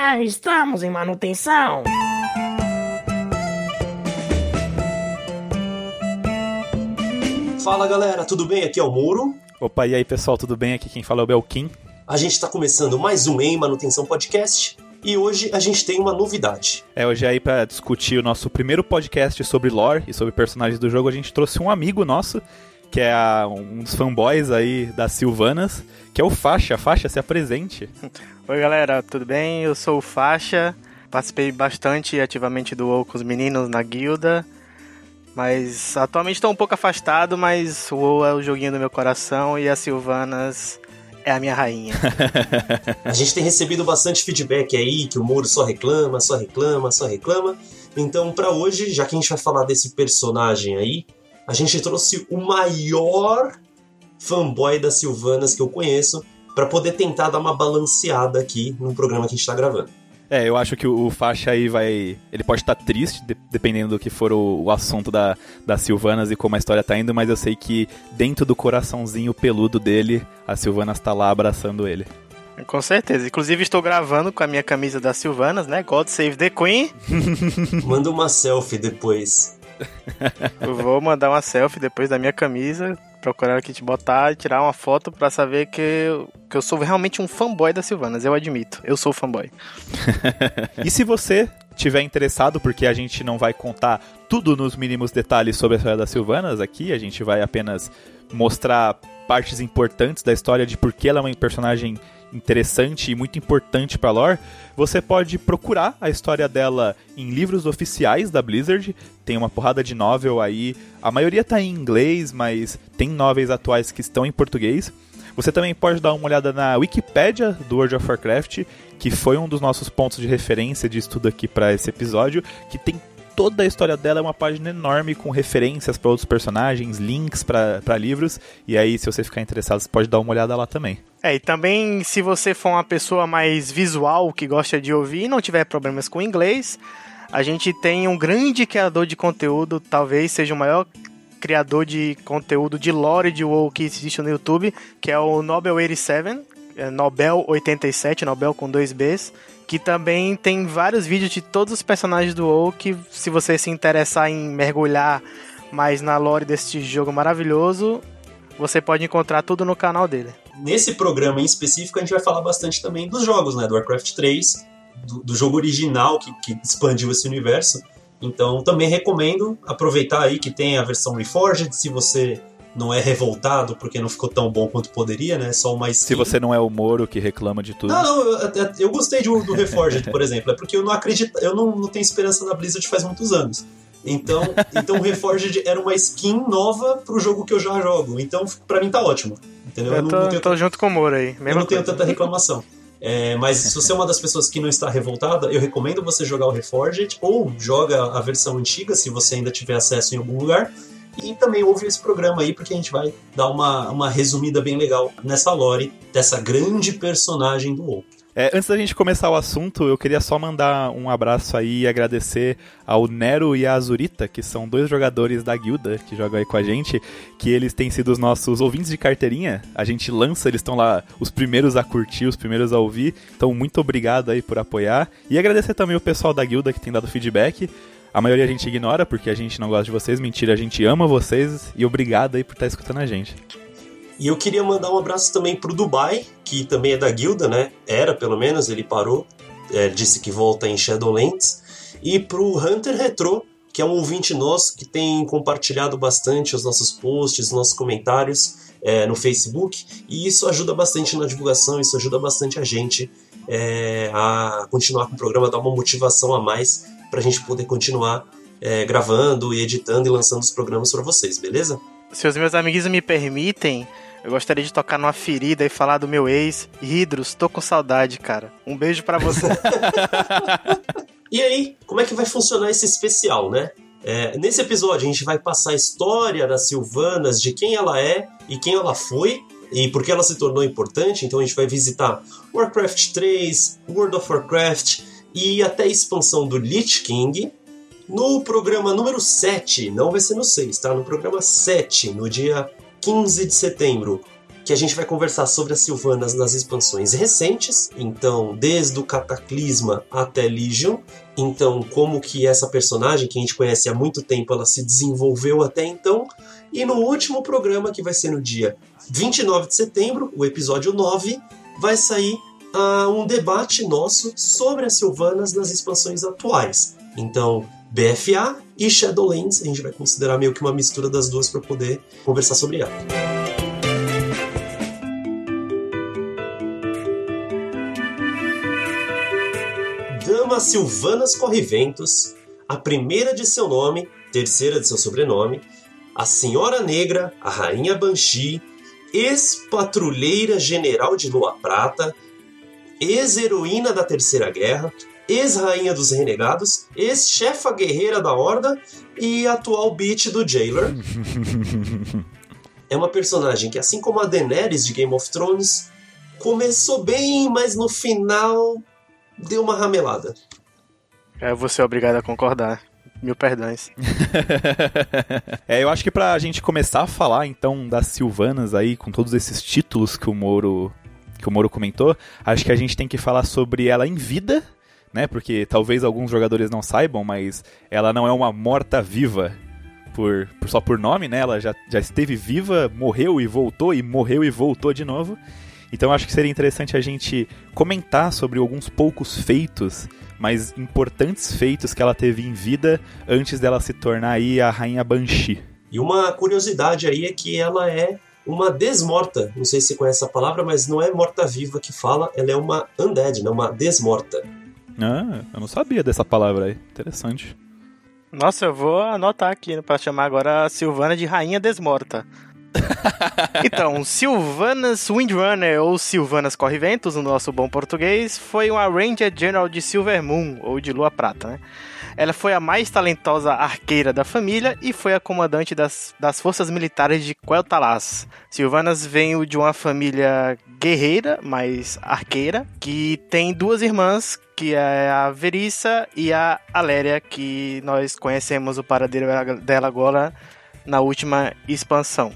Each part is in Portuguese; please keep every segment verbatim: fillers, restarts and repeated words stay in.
Ah, estamos em manutenção. Fala galera, tudo bem? Aqui é o Mouro. Opa, e aí pessoal, tudo bem? Aqui quem fala é o Belkin. A gente está começando mais um Em Manutenção Podcast e hoje a gente tem uma novidade. É, hoje aí para discutir o nosso primeiro podcast sobre lore e sobre personagens do jogo, a gente trouxe um amigo nosso, que é a, um dos fanboys aí das Sylvanas, que é o Faixa. Faixa, se apresente. Oi galera, tudo bem? Eu sou o Faixa, participei bastante ativamente do WoW com os meninos na guilda, mas atualmente estou um pouco afastado, mas o WoW é o joguinho do meu coração e as Sylvanas é a minha rainha. A gente tem recebido bastante feedback aí, que o Mouro só reclama, só reclama, só reclama. Então pra hoje, já que a gente vai falar desse personagem aí, a gente trouxe o maior fanboy das Sylvanas que eu conheço para poder tentar dar uma balanceada aqui no programa que a gente tá gravando. É, eu acho que o, o Faixa aí vai... Ele pode estar triste, de, dependendo do que for o, o assunto da, das Sylvanas e como a história tá indo, mas eu sei que dentro do coraçãozinho peludo dele, a Sylvanas tá lá abraçando ele. Com certeza. Inclusive estou gravando com a minha camisa das Sylvanas, né? God Save the Queen. Manda uma selfie depois. Eu vou mandar uma selfie depois da minha camisa, procurar aqui te botar e tirar uma foto pra saber que eu, que eu sou realmente um fanboy das Sylvanas, eu admito, eu sou fanboy. E se você tiver interessado, porque a gente não vai contar tudo nos mínimos detalhes sobre a história das Sylvanas aqui, a gente vai apenas mostrar partes importantes da história de por que ela é uma personagem interessante e muito importante pra lore, você pode procurar a história dela em livros oficiais da Blizzard. Tem uma porrada de novel aí, a maioria tá em inglês, mas tem novels atuais que estão em português. Você também pode dar uma olhada na Wikipédia do World of Warcraft, que foi um dos nossos pontos de referência de estudo aqui para esse episódio, que tem toda a história dela, é uma página enorme com referências para outros personagens, links para livros, e aí se você ficar interessado você pode dar uma olhada lá também. É, e também se você for uma pessoa mais visual, que gosta de ouvir e não tiver problemas com inglês, a gente tem um grande criador de conteúdo, talvez seja o maior criador de conteúdo de lore de WoW que existe no YouTube, que é o Nobel oitenta e sete, é Nobel oitenta e sete, Nobel com dois Bs, que também tem vários vídeos de todos os personagens do WoW, que se você se interessar em mergulhar mais na lore desse jogo maravilhoso, você pode encontrar tudo no canal dele. Nesse programa em específico a gente vai falar bastante também dos jogos, né, do Warcraft três, do, do jogo original que, que expandiu esse universo. Então também recomendo aproveitar aí que tem a versão Reforged, se você não é revoltado porque não ficou tão bom quanto poderia, né? Só uma skin. Se você não é o Moro que reclama de tudo. Não, não, eu, eu gostei do, do Reforged, por exemplo. É porque eu não acredito, eu não, não tenho esperança na Blizzard faz muitos anos. Então, então o Reforged era uma skin nova pro jogo que eu já jogo. Então, pra mim tá ótimo. Entendeu? Eu, eu tô, não, não tenho tô junto com o Moro aí. Eu não tenho tanta reclamação. É, mas se você é uma das pessoas que não está revoltada, eu recomendo você jogar o Reforged ou joga a versão antiga, se você ainda tiver acesso em algum lugar. E também ouve esse programa aí, porque a gente vai dar uma, uma resumida bem legal nessa lore dessa grande personagem do WoW. É, antes da gente começar o assunto, eu queria só mandar um abraço aí e agradecer ao Nero e a Azurita, que são dois jogadores da guilda que jogam aí com a gente, que eles têm sido os nossos ouvintes de carteirinha. A gente lança, eles estão lá os primeiros a curtir, os primeiros a ouvir. Então, muito obrigado aí por apoiar. E agradecer também o pessoal da guilda que tem dado feedback. A maioria a gente ignora porque a gente não gosta de vocês. Mentira, a gente ama vocês. E obrigado aí por estar escutando a gente. E eu queria mandar um abraço também pro Dubai, que também é da guilda, né? Era, pelo menos, ele parou. É, disse que volta em Shadowlands. E pro Hunter Retro, que é um ouvinte nosso que tem compartilhado bastante os nossos posts, os nossos comentários é, no Facebook. E isso ajuda bastante na divulgação, isso ajuda bastante a gente é, a continuar com o programa, dar uma motivação a mais pra gente poder continuar é, gravando e editando e lançando os programas pra vocês, beleza? Se os meus amiguinhos me permitem, eu gostaria de tocar numa ferida e falar do meu ex. Hidros, tô com saudade, cara. Um beijo pra você. E aí, como é que vai funcionar esse especial, né? É, nesse episódio a gente vai passar a história das Sylvanas, de quem ela é e quem ela foi, e por que ela se tornou importante. Então a gente vai visitar Warcraft três, World of Warcraft e até a expansão do Lich King. No programa número sete, não vai ser no seis, tá? No programa sete, no dia quinze de setembro, que a gente vai conversar sobre as Sylvanas nas expansões recentes, então desde o Cataclisma até Legion, então como que essa personagem que a gente conhece há muito tempo, ela se desenvolveu até então, e no último programa, que vai ser no dia vinte e nove de setembro, o episódio nove, vai sair uh, um debate nosso sobre as Sylvanas nas expansões atuais. Então, B F A e Shadowlands, a gente vai considerar meio que uma mistura das duas para poder conversar sobre ela. Damas Sylvanas Corre-Ventos, a primeira de seu nome, terceira de seu sobrenome, a Senhora Negra, a Rainha Banshee, ex-patrulheira general de Lua Prata, ex-heroína da Terceira Guerra, ex-rainha dos renegados, ex-chefa guerreira da Horda e atual bitch do Jailer. É uma personagem que, assim como a Daenerys de Game of Thrones, começou bem, mas no final deu uma ramelada. Eu vou ser obrigado a concordar. Mil perdões. É, eu acho que pra gente começar a falar, então, das Sylvanas aí, com todos esses títulos que o Moro, que o Moro comentou, acho que a gente tem que falar sobre ela em vida, né? Porque talvez alguns jogadores não saibam, mas ela não é uma morta-viva por, por, só por nome, né? Ela já, já esteve viva, morreu e voltou, e morreu e voltou de novo. Então acho que seria interessante a gente comentar sobre alguns poucos feitos, mas importantes feitos que ela teve em vida antes dela se tornar aí a Rainha Banshee. E uma curiosidade aí é que ela é uma desmorta. Não sei se você conhece a palavra, mas não é morta-viva que fala, ela é uma undead, não uma desmorta. Ah, eu não sabia dessa palavra aí. Interessante. Nossa, eu vou anotar aqui para chamar agora a Sylvana de Rainha Desmorta. Então, Sylvanas Windrunner, ou Sylvanas Corre-Ventos, no nosso bom português, foi uma Ranger General de Silvermoon, ou de Lua Prata, né? Ela foi a mais talentosa arqueira da família e foi a comandante das, das forças militares de Quel'Thalas. Sylvanas veio de uma família guerreira, mas arqueira, que tem duas irmãs, que é a Verissa e a Aléria, que nós conhecemos o paradeiro dela agora na última expansão.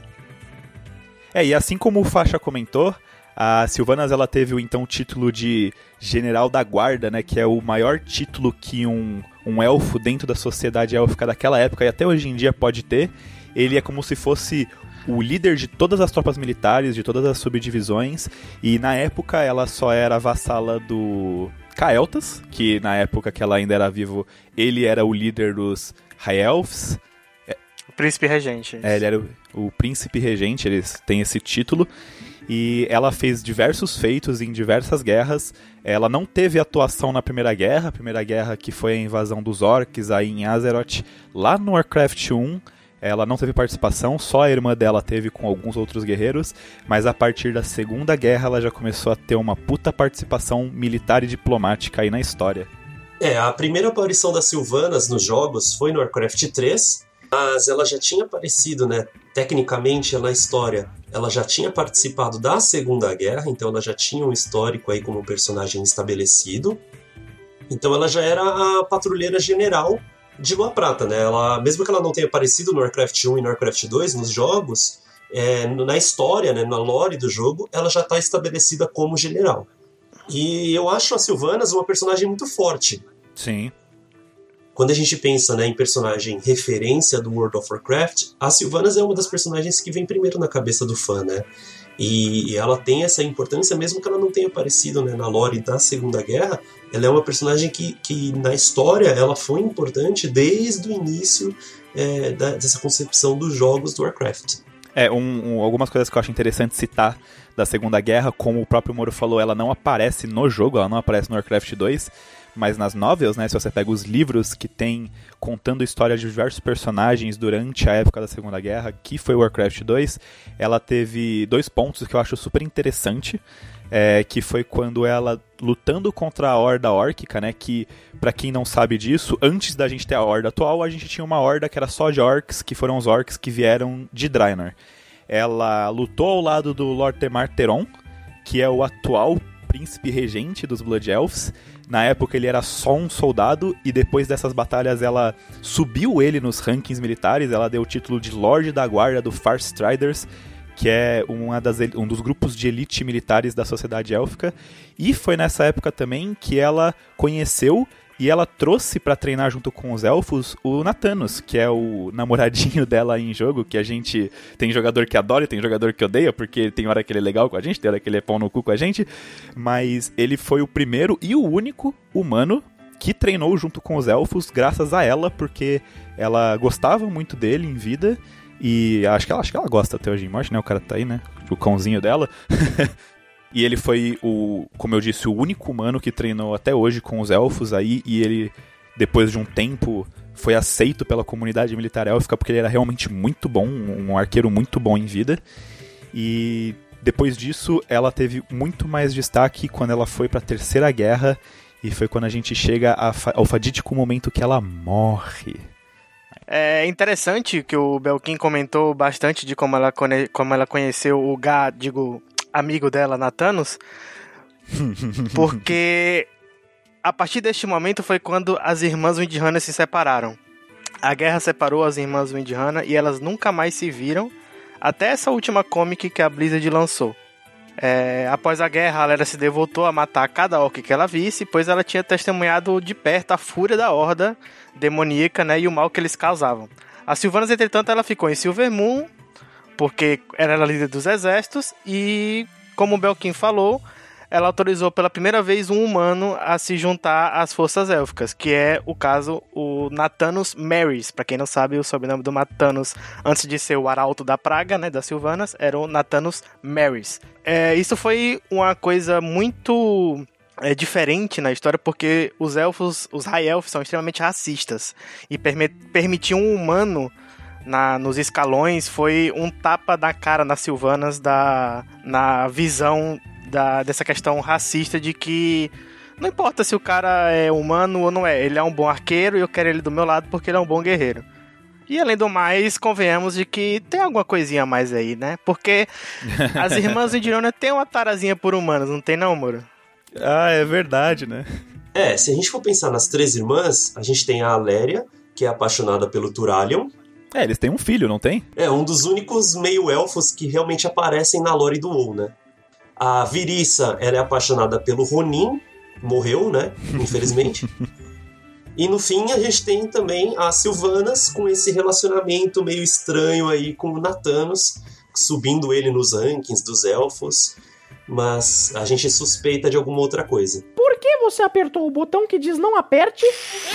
É, e assim como o Faixa comentou, a Sylvanas ela teve o então título de General da Guarda, né, que é o maior título que um, um elfo dentro da sociedade élfica daquela época e até hoje em dia pode ter. Ele é como se fosse o líder de todas as tropas militares, de todas as subdivisões, e na época ela só era vassala do Cael'thas, que na época que ela ainda era vivo, ele era o líder dos High Elves. O príncipe regente. É, ele era o, o príncipe regente, eles têm esse título. E ela fez diversos feitos em diversas guerras. Ela não teve atuação na Primeira Guerra. A Primeira Guerra que foi a invasão dos orcs aí em Azeroth, lá no Warcraft um. Ela não teve participação, só a irmã dela teve com alguns outros guerreiros. Mas a partir da Segunda Guerra ela já começou a ter uma puta participação militar e diplomática aí na história. É, a primeira aparição das Sylvanas nos jogos foi no Warcraft três. Mas ela já tinha aparecido, né, tecnicamente na história, ela já tinha participado da Segunda Guerra, então ela já tinha um histórico aí como personagem estabelecido. Então ela já era a patrulheira general de Lua Prata, né? Ela, mesmo que ela não tenha aparecido no Warcraft um e no Warcraft dois, nos jogos, é, na história, né, na lore do jogo, ela já está estabelecida como general. E eu acho a Sylvanas uma personagem muito forte. Sim. Quando a gente pensa, né, em personagem referência do World of Warcraft, a Sylvanas é uma das personagens que vem primeiro na cabeça do fã, né? E ela tem essa importância, mesmo que ela não tenha aparecido, né, na lore da Segunda Guerra, ela é uma personagem que, que na história ela foi importante desde o início é, da, dessa concepção dos jogos do Warcraft. É, um, um, algumas coisas que eu acho interessante citar da Segunda Guerra, como o próprio Moro falou, ela não aparece no jogo, ela não aparece no Warcraft dois, mas nas novels, né, se você pega os livros que tem contando a história de diversos personagens durante a época da Segunda Guerra, que foi o Warcraft dois, ela teve dois pontos que eu acho super interessante, é, que foi quando ela lutando contra a Horda Órquica, né, que, pra quem não sabe disso, antes da gente ter a Horda atual, a gente tinha uma Horda que era só de orcs, que foram os orcs que vieram de Draenor. Ela lutou ao lado do Lord Temar Teron, que é o atual príncipe regente dos Blood Elves. Na época ele era só um soldado e depois dessas batalhas ela subiu ele nos rankings militares, ela deu o título de Lorde da Guarda do Farstriders, que é uma das, um dos grupos de elite militares da sociedade élfica, e foi nessa época também que ela conheceu e ela trouxe pra treinar junto com os elfos o Nathanos, que é o namoradinho dela em jogo, que a gente tem jogador que adora e tem jogador que odeia, porque tem hora que ele é legal com a gente, tem hora que ele é pau no cu com a gente, mas ele foi o primeiro e o único humano que treinou junto com os elfos graças a ela, porque ela gostava muito dele em vida. E acho que, ela, acho que ela gosta até hoje em morte, né? O cara tá aí, né? O cãozinho dela. E ele foi, o, como eu disse, o único humano que treinou até hoje com os elfos aí. E ele, depois de um tempo, foi aceito pela comunidade militar élfica porque ele era realmente muito bom, um arqueiro muito bom em vida. E depois disso, ela teve muito mais destaque quando ela foi pra Terceira Guerra. E foi quando a gente chega ao fatídico momento que ela morre. É interessante que o Belkin comentou bastante de como ela, como ela conheceu o Gá, digo, amigo dela, Nathanos, porque a partir deste momento foi quando as irmãs Windrunner se separaram. A guerra separou as irmãs Windrunner e elas nunca mais se viram, até essa última comic que a Blizzard lançou. É, após a guerra, a Lera se devotou a matar cada orc que ela visse, pois ela tinha testemunhado de perto a fúria da horda demoníaca, né, e o mal que eles causavam. A Sylvanas, entretanto, ela ficou em Silvermoon, porque era a líder dos exércitos, e, como o Belkin falou, ela autorizou pela primeira vez um humano a se juntar às forças élficas, que é o caso, o Nathanos Merrys. Pra quem não sabe, o sobrenome do Nathanos, antes de ser o Arauto da Praga, né, das Sylvanas, era o Nathanos Merrys. É, isso foi uma coisa muito é, diferente na história, porque os elfos, os High Elves, são extremamente racistas, e permi- permitir um humano Na, nos escalões foi um tapa na cara nas Sylvanas da, na visão da, dessa questão racista de que não importa se o cara é humano ou não é, ele é um bom arqueiro e eu quero ele do meu lado porque ele é um bom guerreiro. E além do mais, convenhamos de que tem alguma coisinha a mais aí, né? Porque as irmãs Windrunner têm uma tarazinha por humanos, não tem não, Moro? Ah, é verdade, né? É, se a gente for pensar nas três irmãs, a gente tem a Aléria, que é apaixonada pelo Turalion. É, eles têm um filho, não tem? É, um dos únicos meio-elfos que realmente aparecem na lore do WoW, né? A Virissa, ela é apaixonada pelo Ronin, morreu, né? Infelizmente. E no fim a gente tem também as Sylvanas com esse relacionamento meio estranho aí com o Nathanos, subindo ele nos rankings dos elfos, mas a gente suspeita de alguma outra coisa. Por que você apertou o botão que diz não aperte?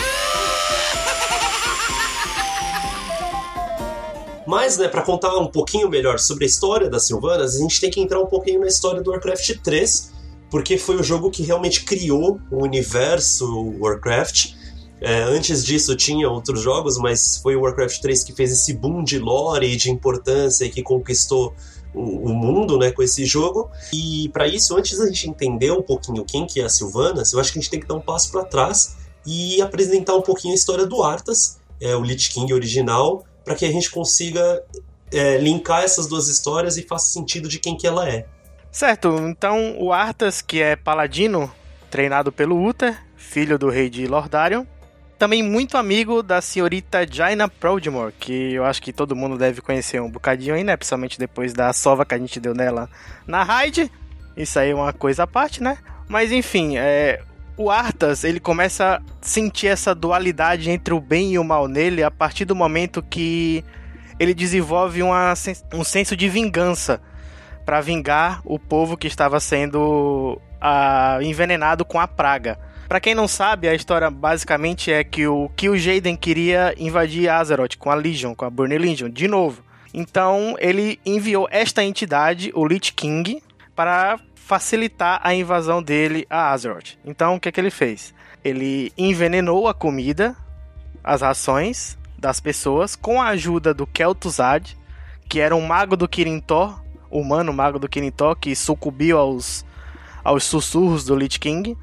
Mas, né, para contar um pouquinho melhor sobre a história das Sylvanas, a gente tem que entrar um pouquinho na história do Warcraft três, porque foi o jogo que realmente criou o universo Warcraft. É, antes disso tinha outros jogos, mas foi o Warcraft três que fez esse boom de lore e de importância e que conquistou o, o mundo, né, com esse jogo. E para isso, antes da gente entender um pouquinho quem que é a Sylvanas, eu acho que a gente tem que dar um passo para trás e apresentar um pouquinho a história do Arthas, é, o Lich King original, para que a gente consiga é, linkar essas duas histórias e faça sentido de quem que ela é. Certo, então o Arthas, que é paladino, treinado pelo Uther, filho do rei de Lordarion, também muito amigo da senhorita Jaina Proudmoore, que eu acho que todo mundo deve conhecer um bocadinho aí, né? Principalmente depois da sova que a gente deu nela na raid. Isso aí é uma coisa à parte, né? Mas enfim, é... o Arthas, ele começa a sentir essa dualidade entre o bem e o mal nele a partir do momento que ele desenvolve uma, um senso de vingança para vingar o povo que estava sendo uh, envenenado com a praga. Para quem não sabe, a história basicamente é que o Kil'jaeden queria invadir Azeroth com a Legion, com a Burning Legion, de novo. Então ele enviou esta entidade, o Lich King, para facilitar a invasão dele a Azeroth. Então, o que é que ele fez? Ele envenenou a comida, as rações das pessoas, com a ajuda do Kel'Thuzad, que era um mago do Kirin Tor, humano mago do Kirin Tor, que sucumbiu aos, aos sussurros do Lich King.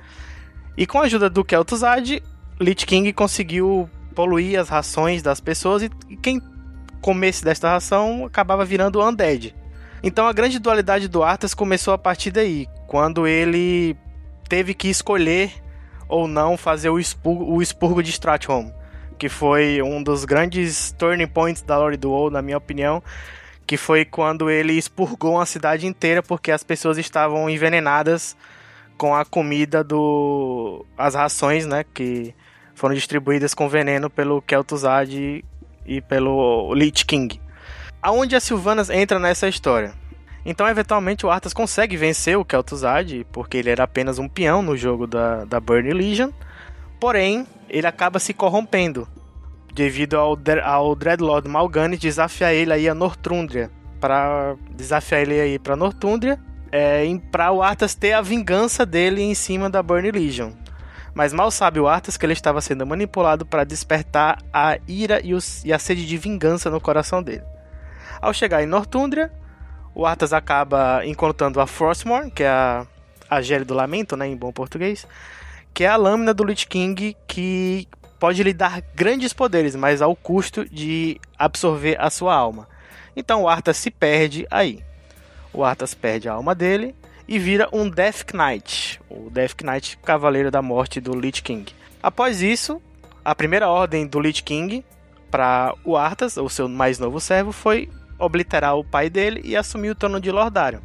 E com a ajuda do Kel'Thuzad, Lich King conseguiu poluir as rações das pessoas e quem comesse desta ração acabava virando undead. Então a grande dualidade do Arthas começou a partir daí, quando ele teve que escolher ou não fazer o expurgo, o expurgo de Stratholme, que foi um dos grandes turning points da lore do WoW, na minha opinião, que que foi quando ele expurgou uma cidade inteira porque as pessoas estavam envenenadas com a comida do... as rações, né, que foram distribuídas com veneno pelo Kel'Thuzad e pelo Lich King. Aonde a Sylvanas entra nessa história? Então, eventualmente, o Arthas consegue vencer o Kel'Thuzad, porque ele era apenas um peão no jogo da, da Burning Legion. Porém, ele acaba se corrompendo, devido ao, ao Dreadlord Mal'Ganis desafiar ele aí a Northumbria. Para desafiar ele aí para Northumbria, é, para o Arthas ter a vingança dele em cima da Burning Legion. Mas mal sabe o Arthas que ele estava sendo manipulado para despertar a ira e, os, e a sede de vingança no coração dele. Ao chegar em Northumbria, o Arthas acaba encontrando a Frostmourne, que é a, a Gere do Lamento, né, em bom português, que é a lâmina do Lich King que pode lhe dar grandes poderes, mas ao custo de absorver a sua alma. Então o Arthas se perde aí. O Arthas perde a alma dele e vira um Death Knight, o Death Knight Cavaleiro da Morte do Lich King. Após isso, a primeira ordem do Lich King para o Arthas, o seu mais novo servo, foi obliterar o pai dele e assumir o trono de Lordarion.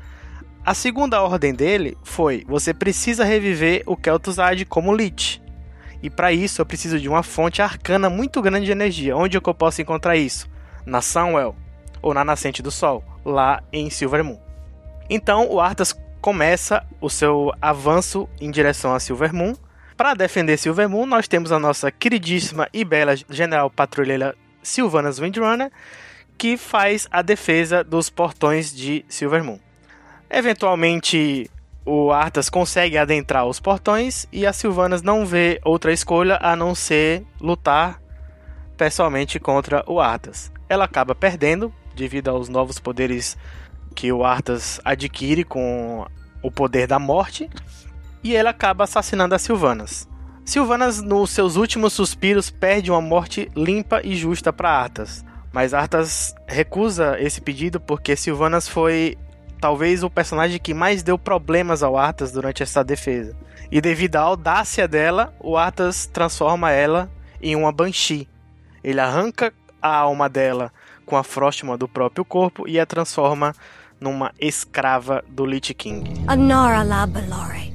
A segunda ordem dele foi: você precisa reviver o Kel'Thuzad como Lich. E para isso eu preciso de uma fonte arcana muito grande de energia. Onde é que eu posso encontrar isso? Na Sunwell, ou na Nascente do Sol, lá em Silvermoon. Então o Arthas começa o seu avanço em direção a Silvermoon. Para defender Silvermoon, nós temos a nossa queridíssima e bela General Patrulheira Sylvanas Windrunner, que faz a defesa dos portões de Silvermoon. Eventualmente, o Arthas consegue adentrar os portões e a Sylvanas não vê outra escolha a não ser lutar pessoalmente contra o Arthas. Ela acaba perdendo devido aos novos poderes que o Arthas adquire com o poder da morte, e ela acaba assassinando a Sylvanas. Sylvanas, nos seus últimos suspiros, pede uma morte limpa e justa para Arthas. Mas Arthas recusa esse pedido porque Sylvanas foi talvez o personagem que mais deu problemas ao Arthas durante essa defesa. E devido à audácia dela, o Arthas transforma ela em uma Banshee. Ele arranca a alma dela com a Frostmourne do próprio corpo e a transforma numa escrava do Lich King. Anara la Balore.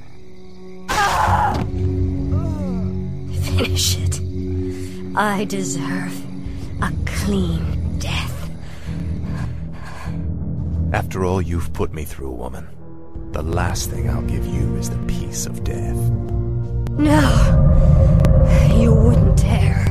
Finish it. I deserve a clean death. After all you've put me through, woman, the last thing I'll give you is the peace of death. No, you wouldn't dare.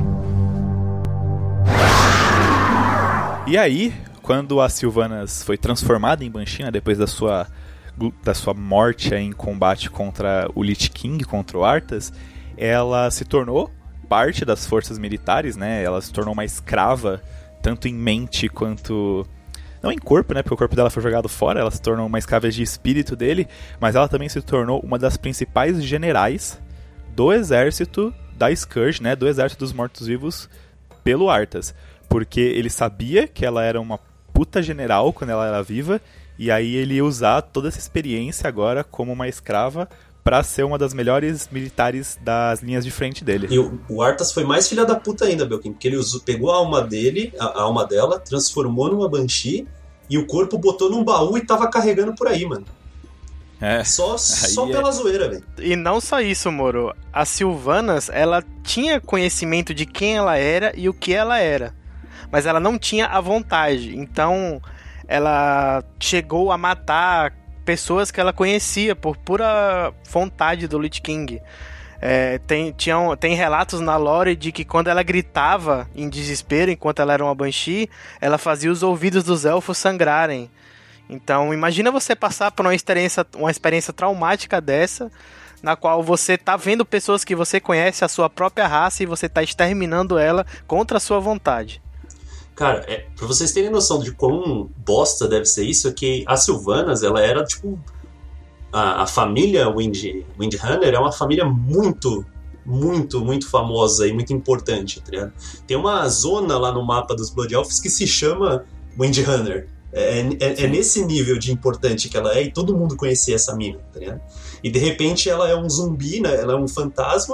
E aí, quando a Sylvanas foi transformada em Banshee, né, depois da sua, da sua morte em combate contra o Lich King, contra o Arthas, ela se tornou parte das forças militares, né? Ela se tornou uma escrava, tanto em mente quanto... não em corpo, né? Porque o corpo dela foi jogado fora, ela se tornou uma escrava de espírito dele, mas ela também se tornou uma das principais generais do exército da Scourge, né? Do exército dos mortos-vivos pelo Arthas. Porque ele sabia que ela era uma puta general quando ela era viva, e aí ele ia usar toda essa experiência agora como uma escrava pra ser uma das melhores militares das linhas de frente dele. E o, o Arthas foi mais filha da puta ainda, Belkin, porque ele usou, pegou a alma dele, a, a alma dela, transformou numa Banshee, e o corpo botou num baú e tava carregando por aí, mano. É. Só, só é... pela zoeira, velho. E não só isso, Moro. A Sylvanas, ela tinha conhecimento de quem ela era e o que ela era, mas ela não tinha a vontade. Então ela chegou a matar pessoas que ela conhecia por pura vontade do Lich King. É, tem, tinham, tem relatos na lore de que quando ela gritava em desespero enquanto ela era uma Banshee, ela fazia os ouvidos dos elfos sangrarem. Então imagina você passar por uma experiência, uma experiência traumática dessa, na qual você tá vendo pessoas que você conhece, a sua própria raça, e você tá exterminando ela contra a sua vontade. Cara, é, pra vocês terem noção de quão bosta deve ser isso, é que a Sylvanas, ela era tipo... A, a família Wind, Windrunner é uma família muito, muito, muito famosa e muito importante, tá ligado? Tem uma zona lá no mapa dos Blood Elves que se chama Windrunner. É, é, é nesse nível de importante que ela é, e todo mundo conhecia essa mina, tá ligado? E de repente ela é um zumbi, né? Ela é um fantasma,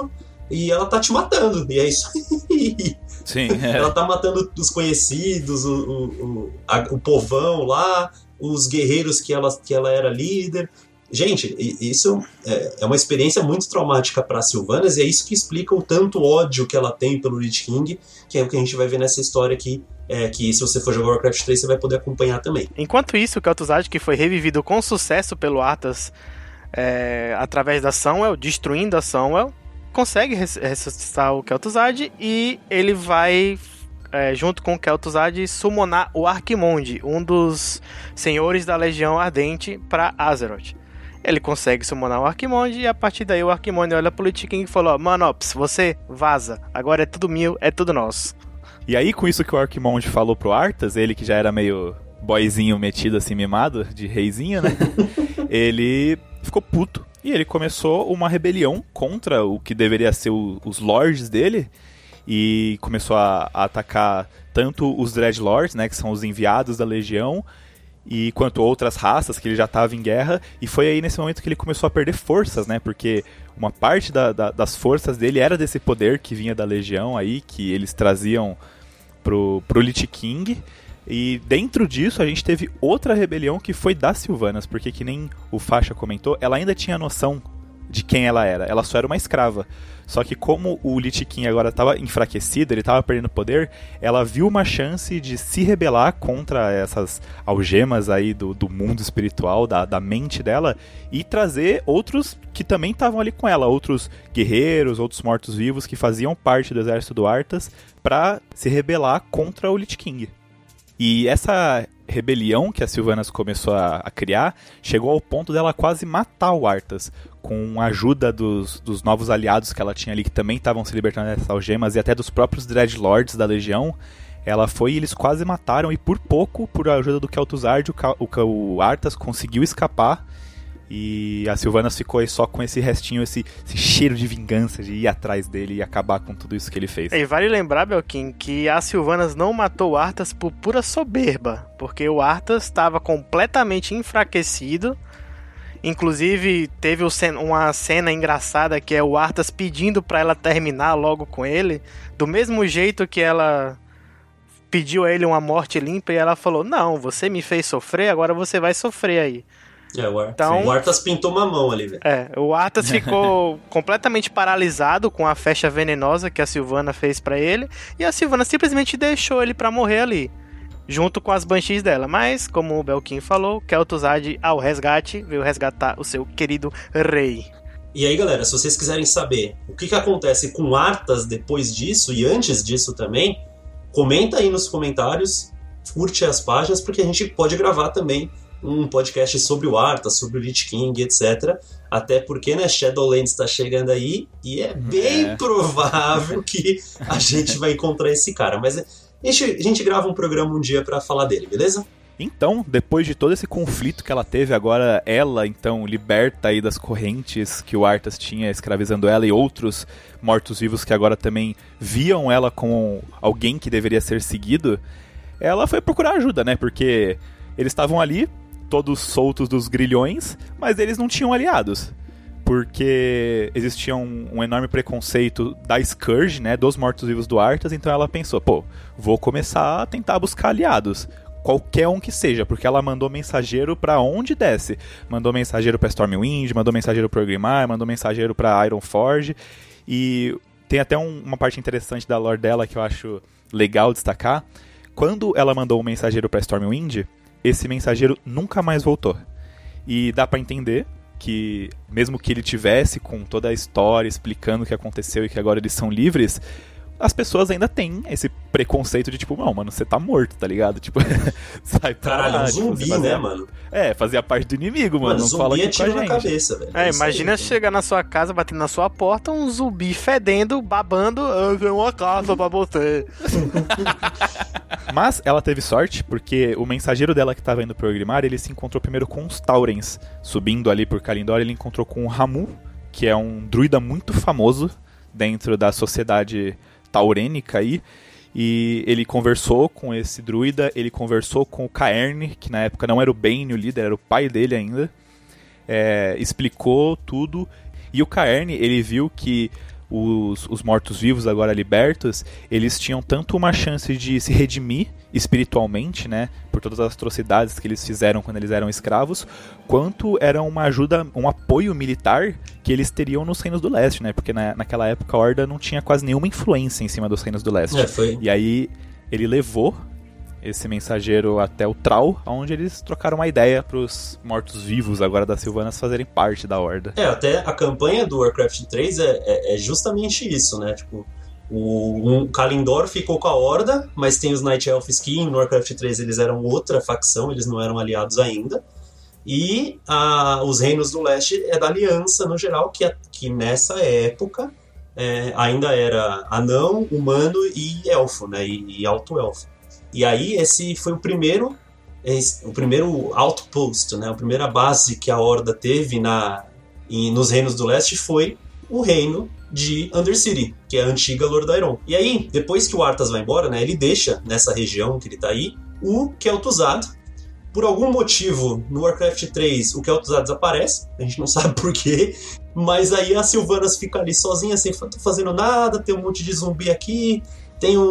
e ela tá te matando, e é isso aí. Sim, é. Ela tá matando os conhecidos, o, o, o, a, o povão lá, os guerreiros que ela, que ela era líder. Gente, isso é, é uma experiência muito traumática para Sylvanas, e é isso que explica o tanto ódio que ela tem pelo Lich King, que é o que a gente vai ver nessa história aqui, é, que se você for jogar Warcraft três, você vai poder acompanhar também. Enquanto isso, o Kel'Thuzad, que foi revivido com sucesso pelo Arthas é, através da Samwell, destruindo a Samwell, consegue ressuscitar o Kel'Thuzad e ele vai, é, junto com o Kel'Thuzad, summonar o Arquimonde, um dos senhores da Legião Ardente, para Azeroth. Ele consegue summonar o Arquimonde e a partir daí o Arquimonde olha pro Lich King e falou: mano, ops, você vaza, agora é tudo meu, é tudo nosso. E aí com isso que o Arquimonde falou pro Arthas, ele que já era meio boyzinho metido assim, mimado, de reizinho, né? Ele ficou puto e ele começou uma rebelião contra o que deveria ser o, os lords dele e começou a, a atacar tanto os Dreadlords, né, que são os enviados da Legião, e quanto outras raças que ele já estava em guerra, e foi aí nesse momento que ele começou a perder forças, né, porque uma parte da, da, das forças dele era desse poder que vinha da Legião aí, que eles traziam pro, pro Lich King, e dentro disso a gente teve outra rebelião que foi das Sylvanas, porque que nem o Faixa comentou, ela ainda tinha noção de quem ela era, ela só era uma escrava. Só que como o Lich King agora estava enfraquecido, ele estava perdendo poder, ela viu uma chance de se rebelar contra essas algemas aí do, do mundo espiritual, da, da mente dela, e trazer outros que também estavam ali com ela, outros guerreiros, outros mortos-vivos que faziam parte do exército do Arthas, para se rebelar contra o Lich King. E essa rebelião que a Sylvanas começou a, a criar chegou ao ponto dela quase matar o Arthas, com a ajuda dos, dos novos aliados que ela tinha ali, que também estavam se libertando dessas algemas, e até dos próprios Dreadlords da Legião. Ela foi e eles quase mataram, e por pouco, por ajuda do Kel'Thuzad, o, o, o Arthas conseguiu escapar, e a Sylvanas ficou aí só com esse restinho, esse, esse cheiro de vingança, de ir atrás dele e acabar com tudo isso que ele fez. E vale lembrar, Belkin, que a Sylvanas não matou o Arthas por pura soberba, porque o Arthas estava completamente enfraquecido. Inclusive, teve uma cena engraçada que é o Arthas pedindo pra ela terminar logo com ele, do mesmo jeito que ela pediu a ele uma morte limpa, e ela falou: não, você me fez sofrer, agora você vai sofrer aí. É, o, Ar... então, o Arthas pintou uma mão ali, velho. É, o Arthas ficou completamente paralisado com a flecha venenosa que a Sylvana fez pra ele, e a Sylvana simplesmente deixou ele pra morrer ali, junto com as Banshees dela. Mas, como o Belkin falou, Kel'Thuzad ao resgate, veio resgatar o seu querido rei. E aí, galera, se vocês quiserem saber o que, que acontece com Arthas depois disso e antes disso também, comenta aí nos comentários, curte as páginas, porque a gente pode gravar também um podcast sobre o Arthas, sobre o Lich King, etcétera. Até porque, né, Shadowlands está chegando aí e é bem é. provável que a gente vai encontrar esse cara. Mas a gente, a gente grava um programa um dia para falar dele, beleza? Então, depois de todo esse conflito que ela teve, agora ela, então, liberta aí das correntes que o Arthas tinha escravizando ela, e outros mortos-vivos que agora também viam ela como alguém que deveria ser seguido, ela foi procurar ajuda, né? Porque eles estavam ali, todos soltos dos grilhões, mas eles não tinham aliados, porque existia um, um enorme preconceito da Scourge, né, dos mortos-vivos do Arthas. Então ela pensou, pô, vou começar a tentar buscar aliados, qualquer um que seja, porque ela mandou mensageiro pra onde desce, mandou mensageiro pra Stormwind, mandou mensageiro pro Orgrimmar, mandou mensageiro pra Ironforge, e tem até um, uma parte interessante da lore dela que eu acho legal destacar. Quando ela mandou um mensageiro pra Stormwind, esse mensageiro nunca mais voltou. E dá pra entender que, mesmo que ele tivesse com toda a história explicando o que aconteceu e que agora eles são livres, as pessoas ainda têm esse preconceito de tipo, não, mano, você tá morto, tá ligado? Tipo, sai pra Caralho, lá, um tipo, zumbi, fazia... né, mano? É, fazia parte do inimigo, mano. Mano, não zumbi fala é aqui com a tiro na gente. cabeça, velho. É, isso imagina aí, chegar na sua casa, batendo na sua porta, um zumbi fedendo, babando, eu tenho uma casa pra você. Mas ela teve sorte, porque o mensageiro dela que tava indo pro Orgrimmar, ele se encontrou primeiro com os Taurens. Subindo ali por Kalindor, ele encontrou com o Ramuh, que é um druida muito famoso dentro da sociedade taurênica aí. E ele conversou com esse druida, ele conversou com o Caerne, que na época não era o Bane, o líder, era o pai dele ainda. É, explicou tudo. E o Caerne, ele viu que os, os mortos-vivos agora libertos, eles tinham tanto uma chance de se redimir espiritualmente, né, por todas as atrocidades que eles fizeram quando eles eram escravos, quanto era uma ajuda, um apoio militar que eles teriam nos Reinos do Leste, né, porque na, naquela época a Horda não tinha quase nenhuma influência em cima dos Reinos do Leste. É, foi. E aí ele levou esse mensageiro até o Thrall, onde eles trocaram uma ideia para os mortos-vivos agora das Sylvanas fazerem parte da Horda. É, até a campanha do Warcraft três é, é, é justamente isso, né? Tipo, o um, Kalimdor ficou com a Horda, mas tem os Night Elves que no Warcraft três eles eram outra facção, eles não eram aliados ainda. E a, os Reinos do Leste é da Aliança, no geral, que, que nessa época é, ainda era anão, humano e elfo, né? E, e alto-elfo. E aí esse foi o primeiro, esse, o primeiro outpost, né? A primeira base que a Horda teve na, em, nos Reinos do Leste foi o reino de Undercity, que é a antiga Lordaeron. E aí, depois que o Arthas vai embora, né? Ele deixa nessa região que ele tá aí o Kel'Thuzad. Por algum motivo, no Warcraft três, o Kel'Thuzad desaparece, a gente não sabe porquê, mas aí a Sylvanas fica ali sozinha, sem fazendo nada, tem um monte de zumbi aqui. Tem o,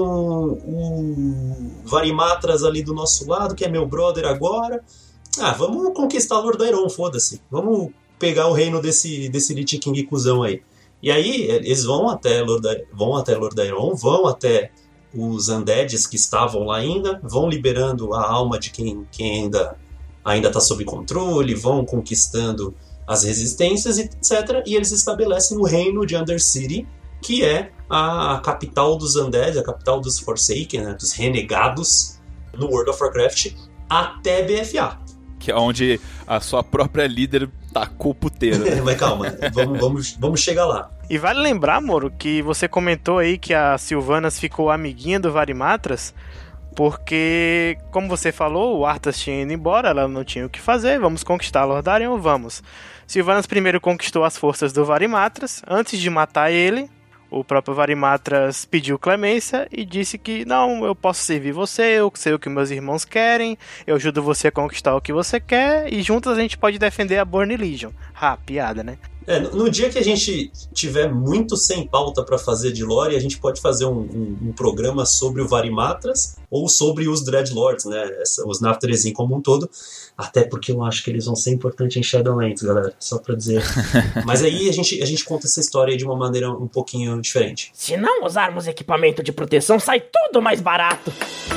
o Varimatras ali do nosso lado, que é meu brother agora. Ah, vamos conquistar Lordaeron, foda-se. Vamos pegar o reino desse, desse Lich King cuzão aí. E aí, eles vão até, Lorda, vão até Lordaeron, vão até os Undeads que estavam lá ainda, vão liberando a alma de quem, quem ainda ainda está sob controle, vão conquistando as resistências, etcétera. E eles estabelecem o reino de Undercity, que é a capital dos Undead, a capital dos Forsaken, né, dos renegados no World of Warcraft, até B F A. Que é onde a sua própria líder tacou o puteiro. Né? Mas calma, vamos, vamos, vamos chegar lá. E vale lembrar, Moro, que você comentou aí que a Sylvanas ficou amiguinha do Varimatras, porque, como você falou, o Arthas tinha ido embora, ela não tinha o que fazer, vamos conquistar Lordaeron, vamos. Sylvanas primeiro conquistou as forças do Varimatras, antes de matar ele. O próprio Varimatras pediu clemência e disse que não, eu posso servir você, eu sei o que meus irmãos querem, eu ajudo você a conquistar o que você quer e juntos a gente pode defender a Born Legion. Ah, piada, né? É, no, no dia que a gente tiver muito sem pauta pra fazer de lore, a gente pode fazer um, um, um programa sobre o Varimatras ou sobre os Dreadlords, né? Essa, os Naftrezin como um todo. Até porque eu acho que eles vão ser importantes em Shadowlands, galera. Só pra dizer. Mas aí a gente, a gente conta essa história de uma maneira um pouquinho diferente. Se não usarmos equipamento de proteção, sai tudo mais barato.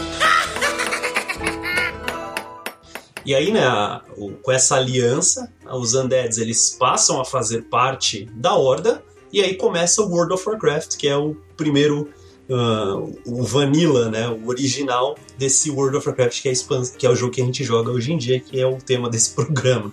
E aí, né, a, o, com essa aliança, os Undeads eles passam a fazer parte da Horda, e aí começa o World of Warcraft, que é o primeiro, uh, o vanilla, né, o original desse World of Warcraft, que é, expans- que é o jogo que a gente joga hoje em dia, que é o tema desse programa.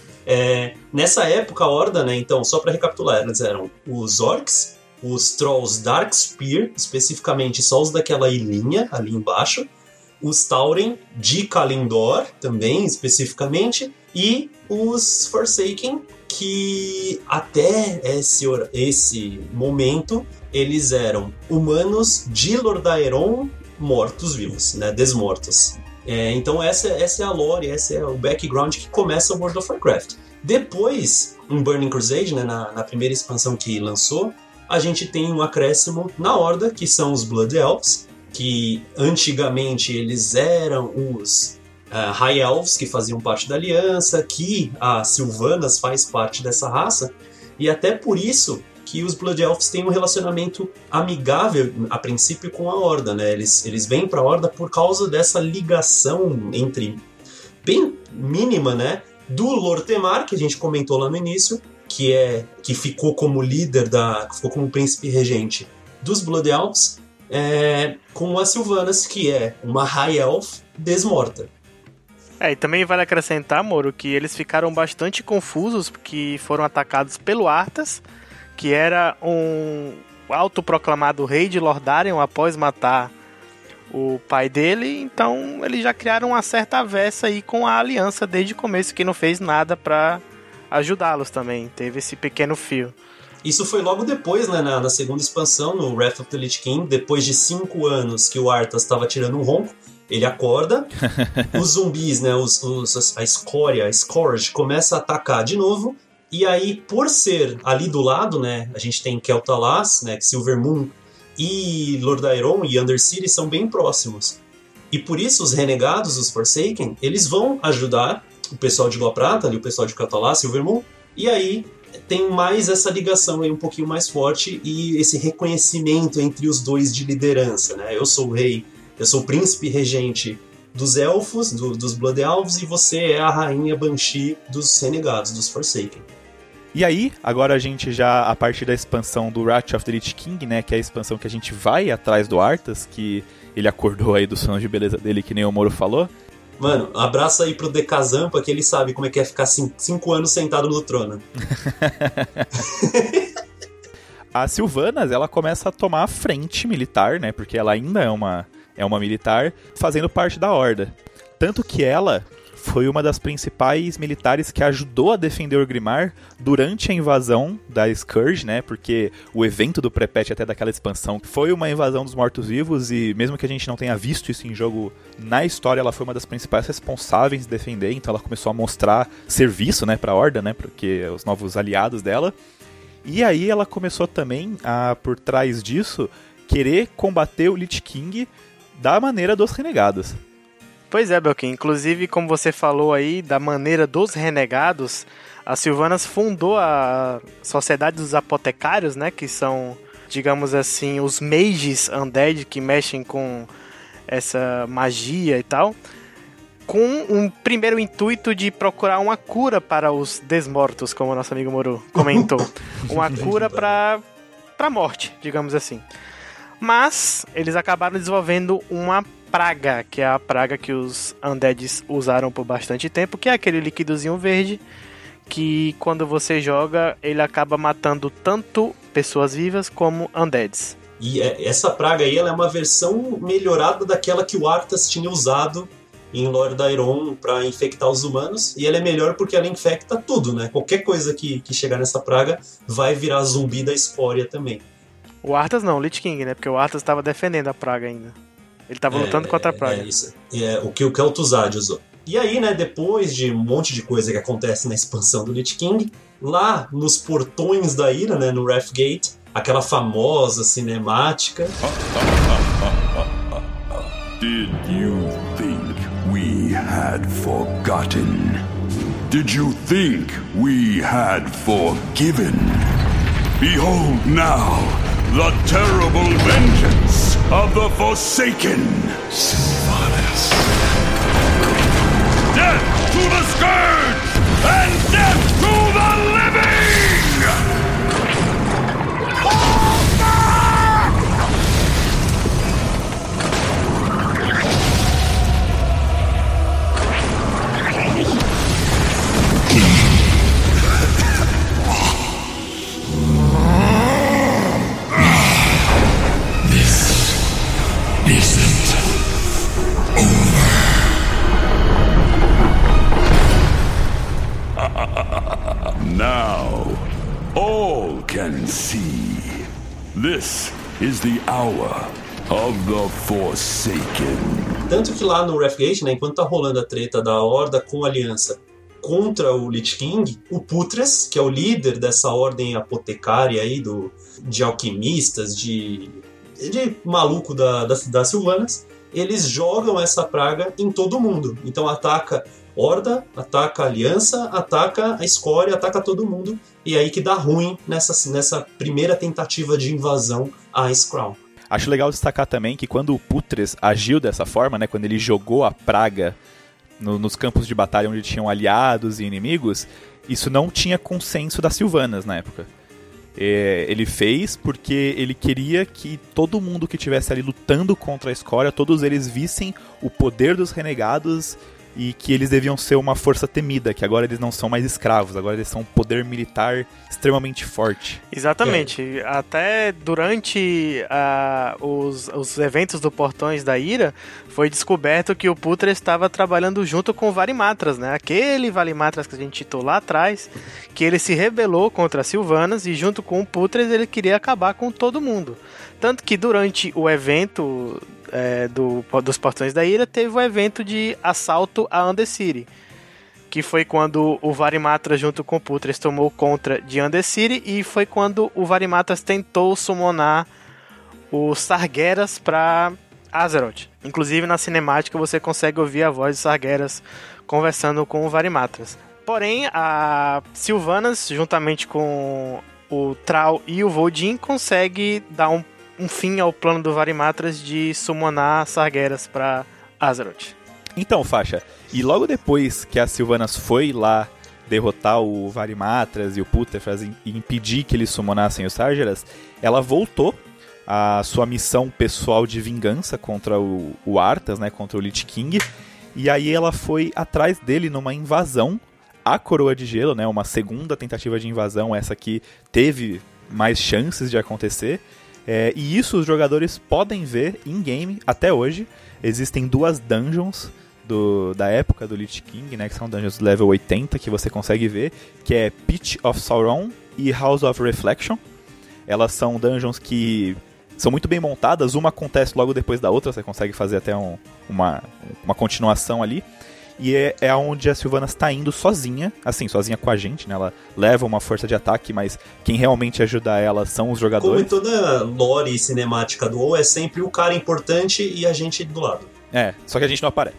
É, nessa época, a Horda, né, então, só para recapitular, eles eram os Orcs, os Trolls Darkspear, especificamente só os daquela ilhinha ali embaixo, os Tauren de Kalimdor, também especificamente, e os Forsaken, que até esse, esse momento eles eram humanos de Lordaeron mortos-vivos, né, desmortos. É, então essa, essa é a lore, esse é o background que começa o World of Warcraft. Depois, em Burning Crusade, né, na, na primeira expansão que lançou, a gente tem um acréscimo na Horda, que são os Blood Elves, que antigamente eles eram os uh, High Elves, que faziam parte da aliança, que a Sylvanas faz parte dessa raça, e até por isso que os Blood Elves têm um relacionamento amigável, a princípio, com a Horda, né? Eles, eles vêm para a Horda por causa dessa ligação entre, bem mínima, né, do Lortemar, que a gente comentou lá no início, que, é, que ficou como líder, da, ficou como príncipe regente dos Blood Elves, É, com a Sylvanas, que é uma High Elf desmorta. É, e também vale acrescentar, Moro, que eles ficaram bastante confusos porque foram atacados pelo Arthas, que era um autoproclamado rei de Lordaeron após matar o pai dele, então eles já criaram uma certa avessa aí com a aliança desde o começo, que não fez nada pra ajudá-los também, teve esse pequeno fio. Isso foi logo depois, né, na, na segunda expansão, no Wrath of the Lich King, depois de cinco anos que o Arthas estava tirando um ronco, ele acorda, os zumbis, né, os, os, a escória, a Scourge, começa a atacar de novo, E aí, por ser ali do lado, né, a gente tem Kel'Thas, né, Silvermoon e Lordaeron e Undercity são bem próximos. E por isso os renegados, os Forsaken, eles vão ajudar o pessoal de Lua Prata, ali, o pessoal de Kel'Thas, Silvermoon, e aí tem mais essa ligação aí um pouquinho mais forte e esse reconhecimento entre os dois de liderança, né? Eu sou o rei, eu sou o príncipe regente dos elfos, do, dos Blood Elves, e você é a rainha Banshee dos renegados, dos Forsaken. E aí, agora a gente já, a partir da expansão do Wrath of the Lich King, né, que é a expansão que a gente vai atrás do Arthas, que ele acordou aí do sono de beleza dele, que nem o Moro falou. Mano, abraço aí pro Decazampa, que ele sabe como é que é ficar cinco, cinco anos sentado no trono. A Sylvanas, ela começa a tomar a frente militar, né, porque ela ainda é uma, é uma militar, fazendo parte da Horda. Tanto que ela foi uma das principais militares que ajudou a defender Orgrimmar durante a invasão da Scourge, né? Porque o evento do pré-patch até daquela expansão foi uma invasão dos mortos-vivos e mesmo que a gente não tenha visto isso em jogo, na história ela foi uma das principais responsáveis de defender, então ela começou a mostrar serviço, né, pra Horda, né? Porque os novos aliados dela. E aí ela começou também a, por trás disso, querer combater o Lich King da maneira dos renegados. Pois é, Belkin. Inclusive, como você falou aí, da maneira dos renegados, a Sylvanas fundou a Sociedade dos Apotecários, né? Que são, digamos assim, os mages undead que mexem com essa magia e tal, com um primeiro intuito de procurar uma cura para os desmortos, como o nosso amigo Moro comentou. Uma cura para a morte, digamos assim. Mas eles acabaram desenvolvendo uma praga, que é a praga que os undeads usaram por bastante tempo, que é aquele líquidozinho verde, que quando você joga, ele acaba matando tanto pessoas vivas como undeads. E essa praga aí, ela é uma versão melhorada daquela que o Arthas tinha usado em Lordaeron para infectar os humanos, e ela é melhor porque ela infecta tudo, né? Qualquer coisa que, que chegar nessa praga vai virar zumbi da espória também. O Arthas não, o Lich King, né? Porque o Arthas estava defendendo a praga ainda. Ele estava é, lutando contra a praga. É isso. É, o que o Kel'Thuzad usou. E aí, né, depois de um monte de coisa que acontece na expansão do Lich King, lá nos portões da ira, né, no Wrathgate, aquela famosa cinemática... Did you think we had forgotten? Did you think we had forgiven? Behold now the terrible vengeance of the Forsaken! Sylvanas. Death to the Scourge! And death to the living! Now, all can see. This is the hour of the Forsaken. Tanto que lá no Wrathgate, né, enquanto tá rolando a treta da Horda com a Aliança contra o Lich King, o Putres, que é o líder dessa ordem apotecária aí, do, de alquimistas, de, de maluco da, da, das Sylvanas, eles jogam essa praga em todo mundo. Então ataca Horda, ataca a Aliança, ataca a Escória, ataca todo mundo. E é aí que dá ruim nessa, nessa primeira tentativa de invasão a Icecrown. Acho legal destacar também que quando o Putres agiu dessa forma, né, quando ele jogou a praga no, nos campos de batalha onde tinham aliados e inimigos, isso não tinha consenso das Sylvanas na época. É, ele fez porque ele queria que todo mundo que estivesse ali lutando contra a Escória, todos eles vissem o poder dos renegados e que eles deviam ser uma força temida, que agora eles não são mais escravos, agora eles são um poder militar extremamente forte. Exatamente. É. Até durante uh, os, os eventos do Portões da Ira, foi descoberto que o Putres estava trabalhando junto com o Varimatras, né? Aquele Varimatras que a gente citou lá atrás, que ele se rebelou contra as Sylvanas e junto com o Putres ele queria acabar com todo mundo. Tanto que durante o evento... É, do, dos Portões da Ira, teve o evento de assalto a Undercity, que foi quando o Varimatras junto com o Putres tomou conta de Undercity, e foi quando o Varimatras tentou summonar os Sargeras pra Azeroth. Inclusive na cinemática você consegue ouvir a voz de Sargeras conversando com o Varimatras. Porém, a Sylvanas, juntamente com o Thrall e o Voldin, consegue dar um, um fim ao plano do Varimatras de summonar Sargeras pra Azeroth. Então, Faixa, e logo depois que a Sylvanas foi lá derrotar o Varimatras e o Putrefras e impedir que eles summonassem os Sargeras, ela voltou à sua missão pessoal de vingança contra o, o Arthas, né, contra o Lich King, e aí ela foi atrás dele numa invasão à Coroa de Gelo, né, uma segunda tentativa de invasão, essa que teve mais chances de acontecer, é, e isso os jogadores podem ver in-game até hoje. Existem duas dungeons do, da época do Lich King, né, que são dungeons level oitenta, que você consegue ver, que é Pitch of Sauron e House of Reflection. Elas são dungeons que são muito bem montadas, uma acontece logo depois da outra, você consegue fazer até um, uma, uma continuação ali. E é, é onde a Sylvanas está indo sozinha, assim, sozinha com a gente, né? Ela leva uma força de ataque, mas quem realmente ajuda ela são os jogadores. Como em toda lore cinemática do WoW, é sempre o cara importante e a gente do lado. É, só que a gente não aparece.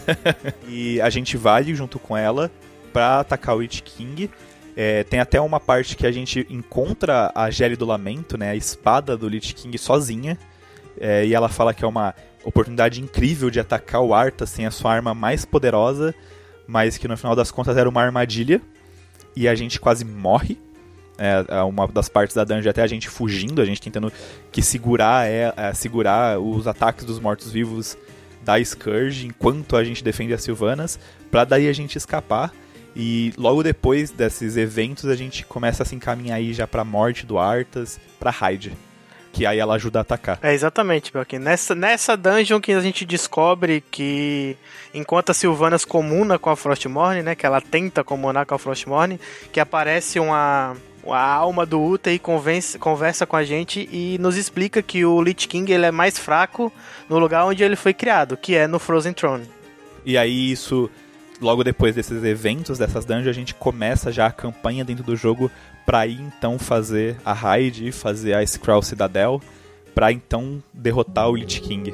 E a gente vai junto com ela pra atacar o Lich King. É, tem até uma parte que a gente encontra a Gele do Lamento, né? A espada do Lich King sozinha. É, e ela fala que é uma oportunidade incrível de atacar o Arthas sem a sua arma mais poderosa, mas que no final das contas era uma armadilha, e a gente quase morre. É, uma das partes da dungeon até a gente fugindo, a gente tentando que segurar, é, é, segurar os ataques dos mortos-vivos da Scourge enquanto a gente defende as Sylvanas, pra daí a gente escapar. E logo depois desses eventos a gente começa a se encaminhar aí já pra morte do Arthas, pra Hyde, que aí ela ajuda a atacar. É, exatamente, porque nessa, nessa dungeon que a gente descobre que enquanto a Sylvanas comuna com a Frostmourne, né, que ela tenta comunar com a Frostmourne, que aparece uma, a alma do Uta e convence, conversa com a gente e nos explica que o Lich King ele é mais fraco no lugar onde ele foi criado, que é no Frozen Throne. E aí isso, logo depois desses eventos, dessas dungeons, a gente começa já a campanha dentro do jogo pra ir então fazer a raid, fazer a Skrull Citadel, pra então derrotar o Lich King.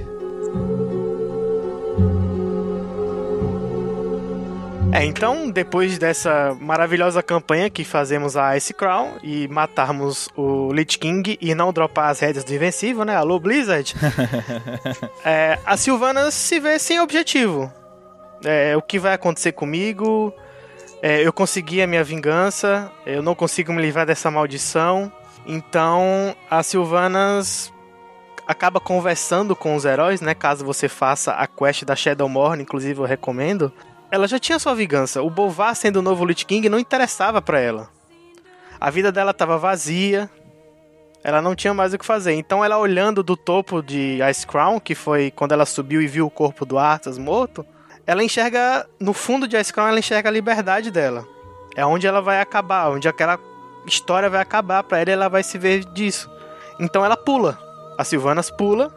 É, então depois dessa maravilhosa campanha que fazemos a Ice Crown e matarmos o Lich King e não dropar as rédeas do Invencível, né? Alô Blizzard. é, a Sylvanas se vê sem objetivo. É, o que vai acontecer comigo? É, eu consegui a minha vingança, eu não consigo me livrar dessa maldição. Então a Sylvanas acaba conversando com os heróis, né? Caso você faça a quest da Shadowmourne, inclusive eu recomendo. Ela já tinha sua vingança. O Bolvar sendo o novo Lich King não interessava pra ela. A vida dela estava vazia, ela não tinha mais o que fazer. Então ela, olhando do topo de Icecrown, que foi quando ela subiu e viu o corpo do Arthas morto, ela enxerga, no fundo de Icecrown, ela enxerga a liberdade dela. É onde ela vai acabar, onde aquela história vai acabar pra ela e ela vai se ver disso. Então ela pula. A Sylvanas pula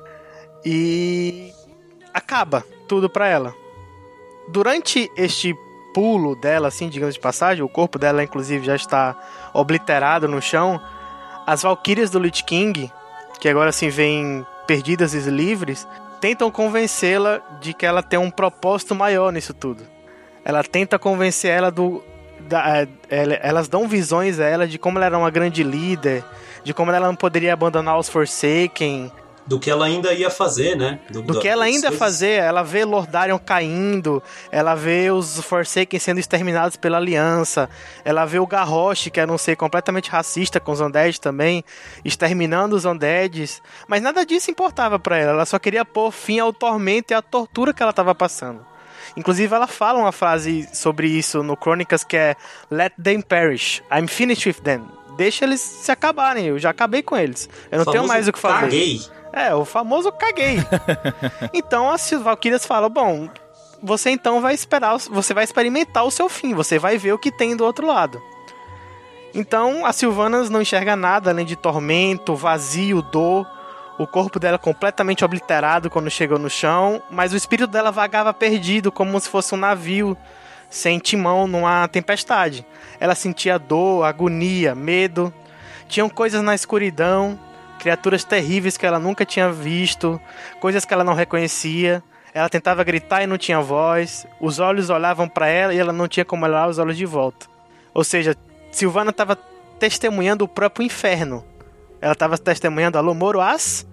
e acaba tudo pra ela. Durante este pulo dela, assim, digamos de passagem, o corpo dela, inclusive, já está obliterado no chão. As Valkyrias do Lich King, que agora se veem perdidas e livres, tentam convencê-la de que ela tem um propósito maior nisso tudo. Ela tenta convencer ela do... Da, elas dão visões a ela de como ela era uma grande líder, de como ela não poderia abandonar os Forsaken, do que ela ainda ia fazer, né? Do, do que ela ainda ia fazer. Ela vê Lordarion caindo, ela vê os Forsaken sendo exterminados pela Aliança, ela vê o Garrosh, que era um ser completamente racista com os Undead também, exterminando os Undeads, mas nada disso importava pra ela, ela só queria pôr fim ao tormento e à tortura que ela estava passando. Inclusive ela fala uma frase sobre isso no Crônicas que é Let them perish, I'm finished with them. Deixa eles se acabarem, eu já acabei com eles, eu não tenho mais o que fazer. Caguei. É, o famoso caguei. Então as Valkyrias falam, bom, você então vai esperar, você vai experimentar o seu fim, você vai ver o que tem do outro lado. Então a Sylvanas não enxerga nada além de tormento, vazio, dor, o corpo dela completamente obliterado quando chegou no chão, mas o espírito dela vagava perdido, como se fosse um navio sem timão numa tempestade. Ela sentia dor, agonia, medo. Tinham coisas na escuridão, criaturas terríveis que ela nunca tinha visto, coisas que ela não reconhecia. Ela tentava gritar e não tinha voz. Os olhos olhavam para ela e ela não tinha como olhar os olhos de volta. Ou seja, Sylvanas estava testemunhando o próprio inferno. Ela estava testemunhando, alô, Moro, as...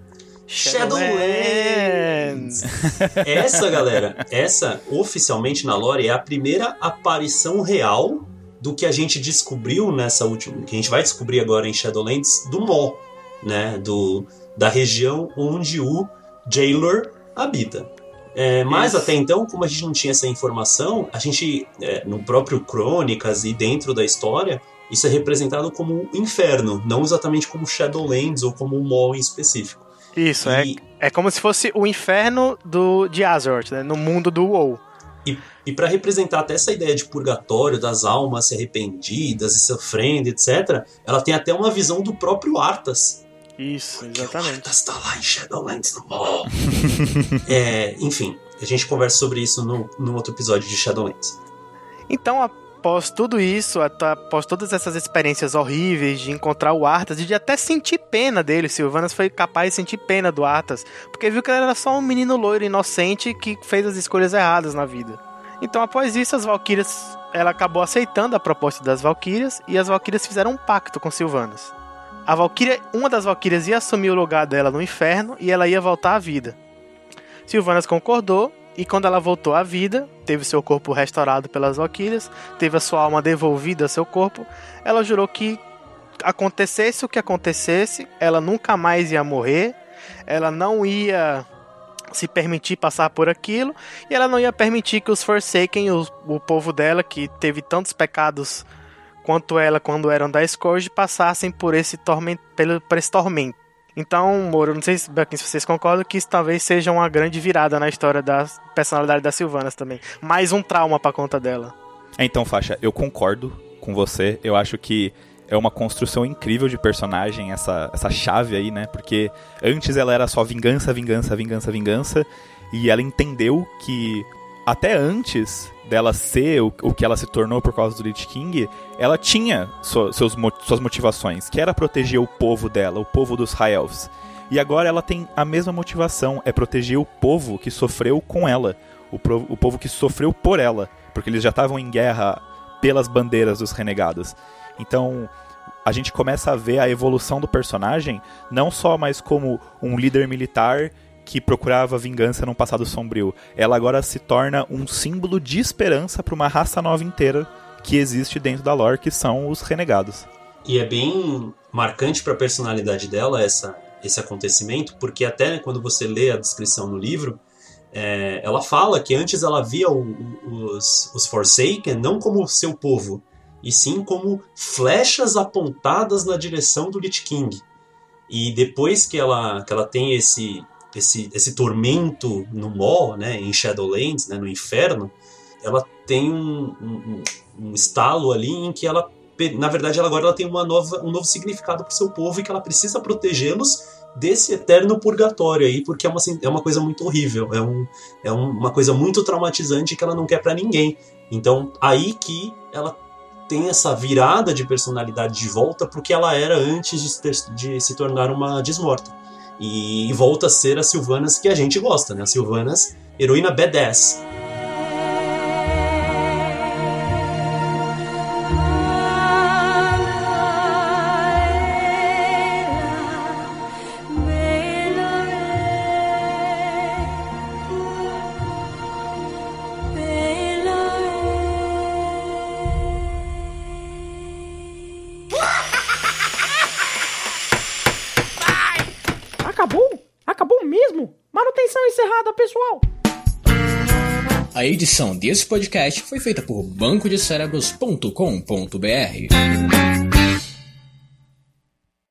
Shadowlands! Essa, galera, essa, oficialmente na lore, é a primeira aparição real do que a gente descobriu nessa última... que a gente vai descobrir agora em Shadowlands, do Maw, né? Do, da região onde o Jailor habita. É, mas até então, como a gente não tinha essa informação, a gente, é, no próprio Crônicas e dentro da história, isso é representado como inferno, não exatamente como Shadowlands ou como o Maw em específico. Isso, e, é, é como se fosse o inferno do, de Azeroth, né, no mundo do WoW. E, e para representar até essa ideia de purgatório, das almas se arrependidas e sofrendo, etcétera, ela tem até uma visão do próprio Arthas. Isso, porque exatamente. o Arthas tá lá em Shadowlands no Maw. é, enfim, a gente conversa sobre isso no, no outro episódio de Shadowlands. Então, após tudo isso, após todas essas experiências horríveis de encontrar o Arthas e de até sentir pena dele, Sylvanas foi capaz de sentir pena do Arthas, porque viu que ele era só um menino loiro inocente que fez as escolhas erradas na vida. Então, após isso, as Valquírias, ela acabou aceitando a proposta das Valquírias e as Valquírias fizeram um pacto com Sylvanas. A Valquíria, uma das Valquírias ia assumir o lugar dela no inferno e ela ia voltar à vida. Sylvanas concordou. E quando ela voltou à vida, teve seu corpo restaurado pelas Valquírias, teve a sua alma devolvida ao seu corpo, ela jurou que acontecesse o que acontecesse, ela nunca mais ia morrer, ela não ia se permitir passar por aquilo, e ela não ia permitir que os Forsaken, o, o povo dela, que teve tantos pecados quanto ela quando eram da Scourge, passassem por esse tormento, por esse tormento. Então, Moro, não sei se, se vocês concordam que isso talvez seja uma grande virada na história da personalidade da Sylvanas também. Mais um trauma pra conta dela. É, então, Faixa, eu concordo com você. Eu acho que é uma construção incrível de personagem, essa, essa chave aí, né? Porque antes ela era só vingança, vingança, vingança, vingança. E ela entendeu que até antes dela ser o, o que ela se tornou por causa do Lich King, ela tinha so, seus, suas motivações, que era proteger o povo dela, o povo dos High Elves. E agora ela tem a mesma motivação, é proteger o povo que sofreu com ela, o, pro, o povo que sofreu por ela, porque eles já estavam em guerra pelas bandeiras dos renegados. Então, a gente começa a ver a evolução do personagem, não só mais como um líder militar que procurava vingança num passado sombrio. Ela agora se torna um símbolo de esperança para uma raça nova inteira que existe dentro da lore, que são os renegados. E é bem marcante para a personalidade dela essa, esse acontecimento, porque até quando você lê a descrição no livro, é, ela fala que antes ela via o, o, os, os Forsaken não como seu povo, e sim como flechas apontadas na direção do Lich King. E depois que ela, que ela tem esse... Esse, esse tormento no Maw, né, em Shadowlands, né, no inferno, ela tem um, um, um estalo ali em que ela, na verdade, ela agora ela tem uma nova, um novo significado para o seu povo e que ela precisa protegê-los desse eterno purgatório aí, porque é uma, é uma coisa muito horrível, é, um, é uma coisa muito traumatizante que ela não quer para ninguém. Então, aí que ela tem essa virada de personalidade de volta pro que ela era antes de, ter, de se tornar uma desmorta. E volta a ser a Sylvanas que a gente gosta, né? A Sylvanas, heroína badass. Encerrada, pessoal. A edição desse podcast foi feita por banco de cérebros ponto com ponto b r.